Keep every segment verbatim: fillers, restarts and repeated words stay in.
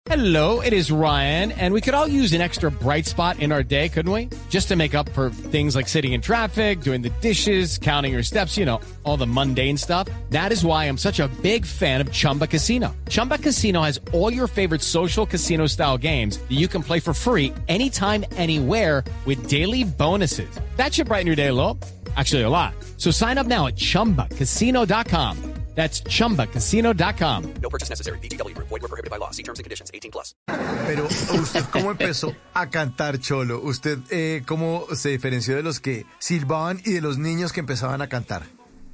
Hello, it is Ryan, and we could all use an extra bright spot in our day, couldn't we? Just to make up for things like sitting in traffic, doing the dishes, counting your steps, you know, all the mundane stuff. That is why I'm such a big fan of Chumba Casino. Chumba Casino has all your favorite social casino-style games that you can play for free anytime, anywhere with daily bonuses. That should brighten your day a little. Actually, a lot. So sign up now at chumba casino dot com. That's chumba casino dot com. No purchase necessary. V G W Group. Void where prohibited by law. See terms and conditions. eighteen plus. Pero, ¿usted cómo empezó a cantar, Cholo? ¿Usted eh, cómo se diferenció de los que silbaban y de los niños que empezaban a cantar?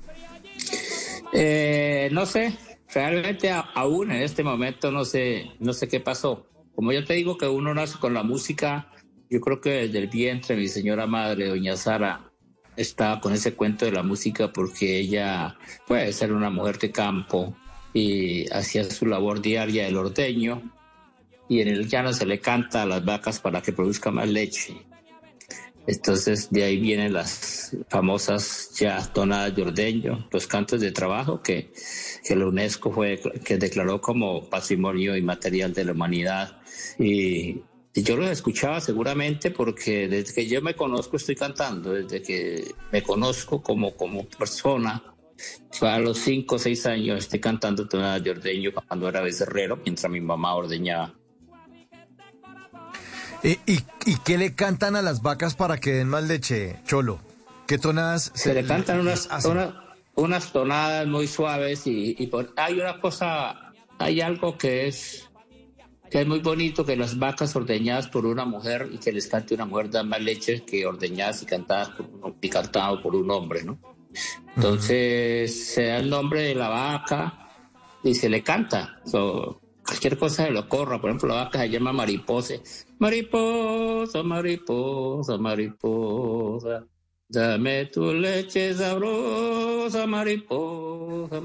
Eh, no sé, realmente a, aún en este momento no sé, no sé qué pasó. Como yo te digo que uno nace con la música, yo creo que desde el vientre mi señora madre, doña Sara, estaba con ese cuento de la música porque ella puede ser una mujer de campo y hacía su labor diaria del ordeño, y en el llano se le canta a las vacas para que produzca más leche. Entonces de ahí vienen las famosas ya tonadas de ordeño, los cantos de trabajo que, que la UNESCO fue, que declaró como patrimonio inmaterial de la humanidad. Y Y yo los escuchaba seguramente porque desde que yo me conozco estoy cantando, desde que me conozco como, como persona. A los cinco o seis años estoy cantando tonadas de ordeño cuando era becerrero, mientras mi mamá ordeñaba. Eh, ¿y, ¿Y qué le cantan a las vacas para que den más leche, Cholo? ¿Qué tonadas se, se le cantan? Unas, hacen? unas, unas tonadas muy suaves y, y por, hay una cosa, hay algo que es... que es muy bonito, que las vacas ordeñadas por una mujer y que les cante una mujer dan más leche que ordeñadas y cantadas por un, y cantado por un hombre, ¿no? Entonces uh-huh. se da el nombre de la vaca y se le canta. So, cualquier cosa se lo corra. Por ejemplo, la vaca se llama mariposa. Mariposa, mariposa, mariposa, dame tu leche sabrosa, mariposa,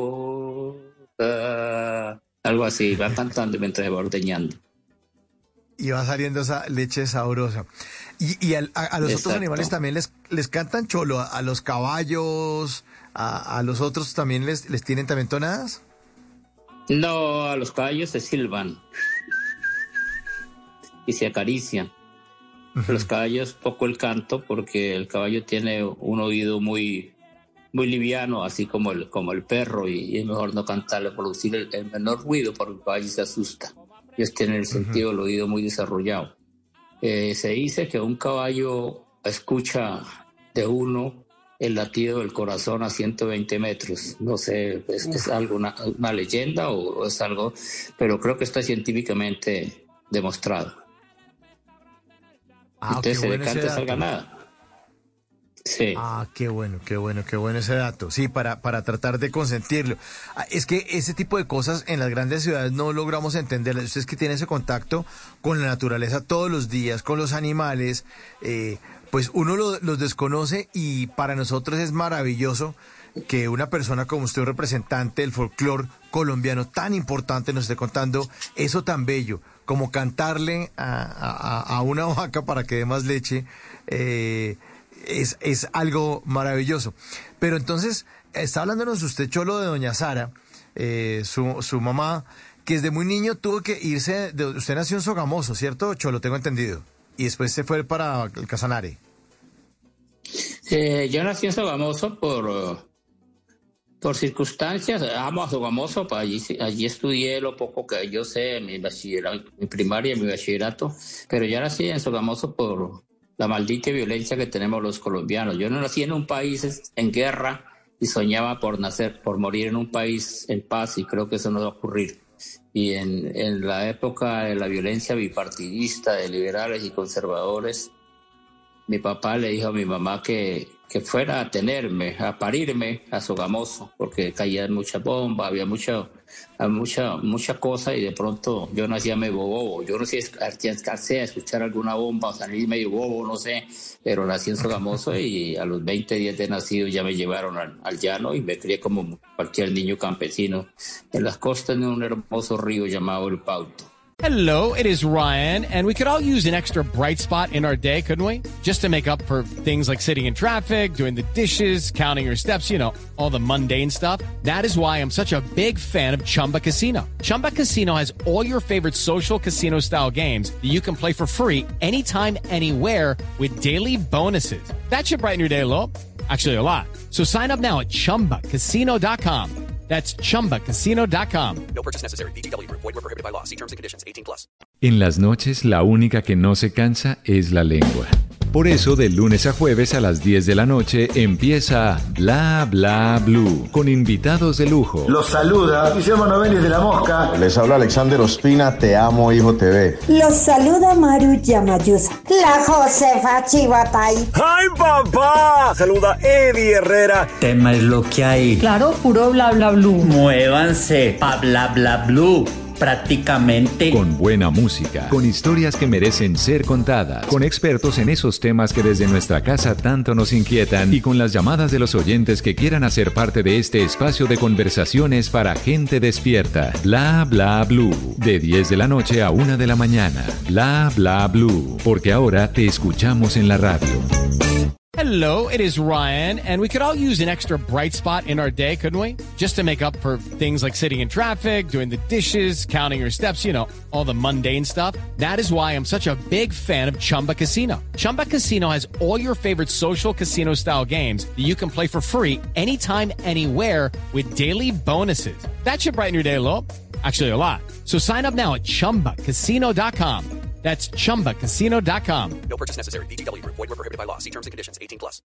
mariposa. Algo así, va cantando mientras va ordeñando. Y va saliendo esa leche sabrosa. Y, y al, a, a los Exacto. otros animales también les, les cantan, Cholo, a, a los caballos, a, a los otros también les, les tienen también tonadas. No, a los caballos se silban y se acarician. Uh-huh. Los caballos poco el canto porque el caballo tiene un oído muy... muy liviano, así como el, como el perro, y, y es mejor no cantarle, producir el, el menor ruido porque el caballo se asusta. Ellos tienen el sentido del uh-huh. oído muy desarrollado. Eh, se dice que un caballo escucha de uno el latido del corazón a ciento veinte metros. No sé, es, es algo, una, una leyenda o, o es algo, pero creo que está científicamente demostrado. Ah, Entonces se le canta salga nada. Sí. Ah, qué bueno, qué bueno, qué bueno ese dato. Sí, para, para tratar de consentirlo. Es que ese tipo de cosas en las grandes ciudades no logramos entenderlas. Usted es que tiene ese contacto con la naturaleza todos los días, con los animales, eh, pues uno lo, los desconoce, y para nosotros es maravilloso que una persona como usted, un representante del folclore colombiano tan importante, nos esté contando eso tan bello, como cantarle a, a, a una vaca para que dé más leche. eh, Es, es algo maravilloso. Pero entonces, está hablándonos usted, Cholo, de doña Sara, eh, su, su mamá, que desde muy niño tuvo que irse, de, usted nació en Sogamoso, ¿cierto, Cholo? Tengo entendido. Y después se fue para el Casanare. Eh, yo nací en Sogamoso por, uh, por circunstancias. Amo a Sogamoso, allí, allí estudié lo poco que yo sé, mi, bachillerato, mi primaria y mi bachillerato, pero yo nací en Sogamoso por la maldita violencia que tenemos los colombianos. Yo no nací en un país en guerra y soñaba por nacer, por morir en un país en paz, y creo que eso no va a ocurrir. Y en, en la época de la violencia bipartidista de liberales y conservadores, mi papá le dijo a mi mamá que, que fuera a tenerme, a parirme a Sogamoso, porque caían muchas bombas, había mucha, mucha, mucha cosa, y de pronto yo nacía medio bobo. Yo no sé si alcancé a escuchar alguna bomba o salir medio bobo, no sé, pero nací en Sogamoso y a los veinte días de nacido ya me llevaron al, al llano y me crié como cualquier niño campesino en las costas de un hermoso río llamado el Pauto. Hello, it is Ryan, and we could all use an extra bright spot in our day, couldn't we? Just to make up for things like sitting in traffic, doing the dishes, counting your steps, you know, all the mundane stuff. That is why I'm such a big fan of Chumba Casino. Chumba Casino has all your favorite social casino-style games that you can play for free anytime, anywhere with daily bonuses. That should brighten your day a little. Actually, a lot. So sign up now at chumba casino dot com. That's chumba casino dot com. No purchase necessary. V G W Group. Void where prohibited by law. See terms and conditions. eighteen plus. En las noches, la única que no se cansa es la lengua. Por eso, de lunes a jueves a las diez de la noche empieza Bla Bla Blue, con invitados de lujo. Los saluda Guillermo Novelli de La Mosca. Les habla Alexander Ospina, Te Amo Hijo T V. Los saluda Maru Yamayusa. La Josefa Chivatay. ¡Ay, papá! Saluda Eddie Herrera. Tema es lo que hay. Claro, puro bla bla blue. Muévanse pa bla bla blue. Prácticamente. Con buena música, con historias que merecen ser contadas, con expertos en esos temas que desde nuestra casa tanto nos inquietan y con las llamadas de los oyentes que quieran hacer parte de este espacio de conversaciones para gente despierta. Bla Bla Blue, de diez de la noche a una de la mañana. Bla Bla Blue, porque ahora te escuchamos en la radio. Hello, it is Ryan, and we could all use an extra bright spot in our day, couldn't we? Just to make up for things like sitting in traffic, doing the dishes, counting your steps, you know, all the mundane stuff. That is why I'm such a big fan of Chumba Casino. Chumba Casino has all your favorite social casino-style games that you can play for free anytime, anywhere with daily bonuses. That should brighten your day a little. Actually, a lot. So sign up now at chumba casino dot com. That's chumba casino dot com. No purchase necessary. V G W Group. Void where prohibited by law. See terms and conditions. eighteen plus.